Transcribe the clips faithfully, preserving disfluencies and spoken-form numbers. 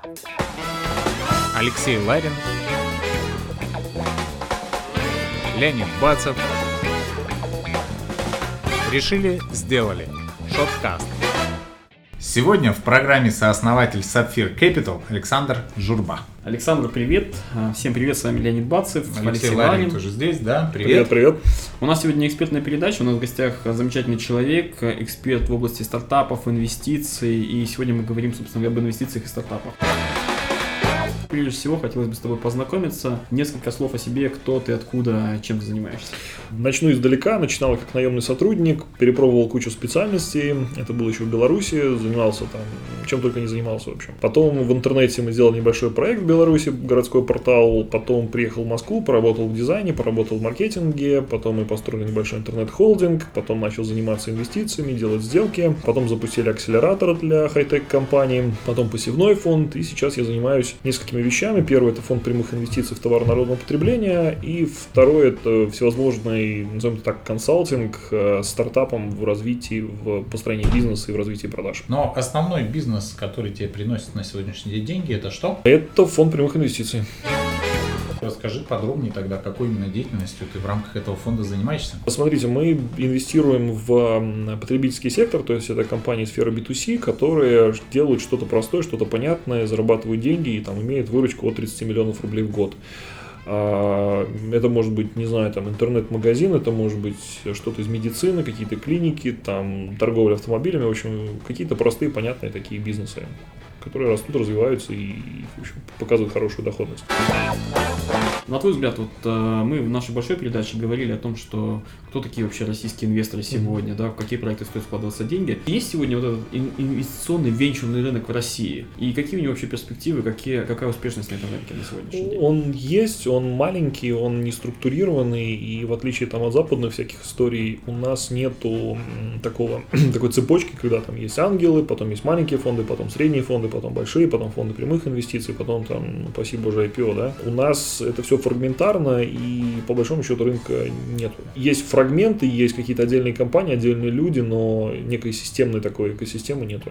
Алексей Ларин, Леонид Бацев. Решили, сделали. Шоткаст. Сегодня в программе сооснователь Sapphire Capital Александр Журба. Александр, привет. Всем привет, с вами Леонид Бацев. Алексей, Алексей Ларин тоже здесь, да? Привет. привет, привет. У нас сегодня экспертная передача, у нас в гостях замечательный человек, эксперт в области стартапов, инвестиций, и сегодня мы говорим, собственно, об инвестициях и стартапах. Прежде всего, хотелось бы с тобой познакомиться. Несколько слов о себе, кто ты, откуда, чем ты занимаешься. Начну издалека. Начинал как наемный сотрудник, перепробовал кучу специальностей. Это было еще в Беларуси, занимался там, чем только не занимался, в общем. Потом в интернете мы сделали небольшой проект в Беларуси, городской портал. Потом приехал в Москву, поработал в дизайне, поработал в маркетинге. Потом мы построили небольшой интернет-холдинг. Потом начал заниматься инвестициями, делать сделки. Потом запустили акселератор для хай-тек компаний. Потом посевной фонд. И сейчас я занимаюсь несколькими вещами. Первый — это фонд прямых инвестиций в товар народного потребления, и второй — это всевозможный, назовем это так, консалтинг э, стартапам в развитии, в построении бизнеса и в развитии продаж. Но основной бизнес, который тебе приносит на сегодняшний день деньги, это что? Это фонд прямых инвестиций. Расскажи подробнее тогда, какой именно деятельностью ты в рамках этого фонда занимаешься? Посмотрите, мы инвестируем в потребительский сектор, то есть это компании сферы би ту си, которые делают что-то простое, что-то понятное, зарабатывают деньги и там имеют выручку от тридцать миллионов рублей в год. Это может быть, не знаю, там интернет-магазин, это может быть что-то из медицины, какие-то клиники, там торговля автомобилями, в общем, какие-то простые, понятные такие бизнесы, которые растут, развиваются и, в общем, показывают хорошую доходность. На твой взгляд, вот мы в нашей большой передаче говорили о том, что кто такие вообще российские инвесторы сегодня, mm-hmm. да, в какие проекты стоит вкладываться деньги. Есть сегодня вот этот инвестиционный венчурный рынок в России? И какие у него вообще перспективы, какие, какая успешность на этом рынке на сегодняшний день? Он есть, он маленький, он не структурированный, и в отличие там, от западных всяких историй, у нас нету такого, такой цепочки, когда там есть ангелы, потом есть маленькие фонды, потом средние фонды, потом большие, потом фонды прямых инвестиций, потом там, ну, спасибо боже, ай пи о, да. У нас это все фрагментарно, и по большому счету рынка нету. Есть фрагменты, есть какие-то отдельные компании, отдельные люди, но некой системной такой экосистемы нету.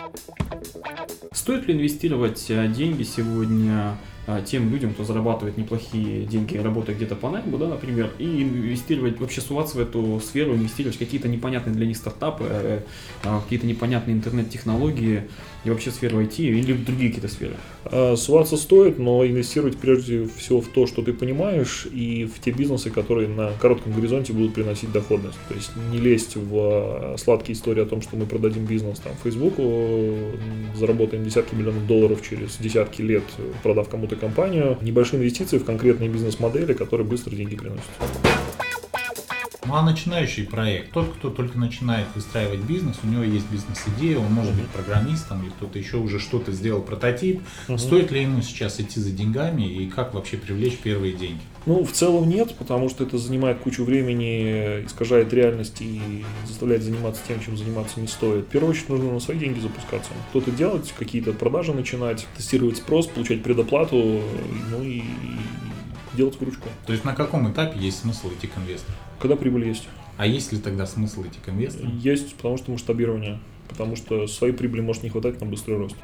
Стоит ли инвестировать деньги сегодня тем людям, кто зарабатывает неплохие деньги, работая где-то по найму, да, например, и инвестировать, вообще суваться в эту сферу, инвестировать в какие-то непонятные для них стартапы, какие-то непонятные интернет-технологии и вообще сферу ай ти или в другие какие-то сферы? Суваться стоит, но инвестировать прежде всего в то, что ты понимаешь, и в те бизнесы, которые на коротком горизонте будут приносить доходность. То есть не лезть в сладкие истории о том, что мы продадим бизнес там Фейсбуку, заработаем десятки миллионов долларов через десятки лет, продав кому-то компанию. Небольшие инвестиции в конкретные бизнес-модели, которые быстро деньги приносят. Ну а начинающий проект, тот, кто только начинает выстраивать бизнес, у него есть бизнес-идея, он может быть программистом или кто-то еще уже что-то сделал, прототип. Uh-huh. Стоит ли ему сейчас идти за деньгами и как вообще привлечь первые деньги? Ну, в целом нет, потому что это занимает кучу времени, искажает реальность и заставляет заниматься тем, чем заниматься не стоит. В первую очередь нужно на свои деньги запускаться. Что-то делать, какие-то продажи начинать, тестировать спрос, получать предоплату, ну и делать выручку. То есть на каком этапе есть смысл идти к инвестору? Когда прибыль есть. А есть ли тогда смысл идти к инвестору? Есть, потому что масштабирование. Потому что своей прибыли может не хватать на быстрый рост.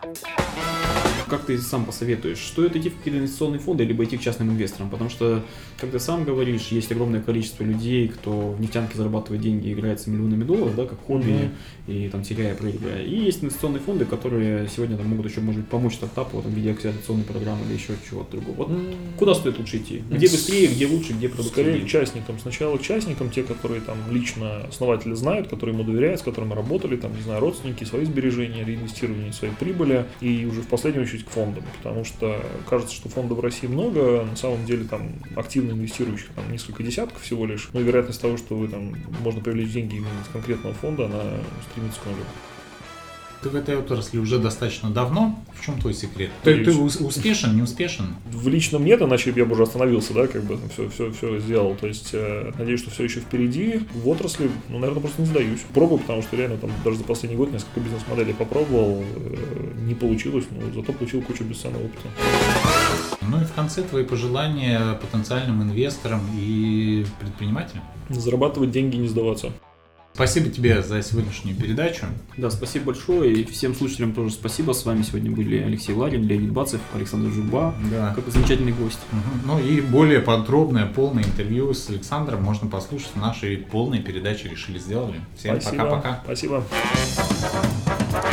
Как ты сам посоветуешь, стоит идти в какие-то инвестиционные фонды, либо идти к частным инвесторам? Потому что, как ты сам говоришь, есть огромное количество людей, кто в нефтянке зарабатывает деньги и играется миллионами долларов, да, как хобби, mm-hmm. и там теряя, проигрывая. И есть инвестиционные фонды, которые сегодня там, могут еще, может быть, помочь стартапу там, в виде акселерационной программы или еще чего-то другого. Вот mm-hmm. куда стоит лучше идти? Где быстрее, где лучше, где продуктивнее? Скорее к частникам. Сначала к частникам, те, которые там лично основатели знают, которые ему доверяют, с которыми работали, там, не знаю, родственники, свои сбережения, реинвестирование своей прибыли, и уже в последнюю очередь к фондам. Потому что кажется, что фондов в России много, на самом деле там активно инвестирующих там несколько десятков всего лишь, но вероятность того, что вы там можно привлечь деньги именно из конкретного фонда, она стремится к нулю. Ты в этой отрасли уже достаточно давно. В чем твой секрет? Ты, ты успешен, не успешен? В личном нет, иначе я бы уже остановился, да, как бы все, все, все сделал. То есть, э, надеюсь, что все еще впереди. В отрасли, ну, наверное, просто не сдаюсь. Пробую, потому что реально там даже за последний год несколько бизнес-моделей попробовал, э, не получилось, но зато получил кучу бесценного опыта. Ну и в конце твои пожелания потенциальным инвесторам и предпринимателям? Зарабатывать деньги, не сдаваться. Спасибо тебе за сегодняшнюю передачу. Да, спасибо большое. И всем слушателям тоже спасибо. С вами сегодня были Алексей Ларин, Леонид Бацев, Александр Журба. Да. Как замечательный гость. Угу. Ну и более подробное, полное интервью с Александром можно послушать в нашей полной передаче «Решили, сделали». Всем Спасибо. пока-пока. Спасибо.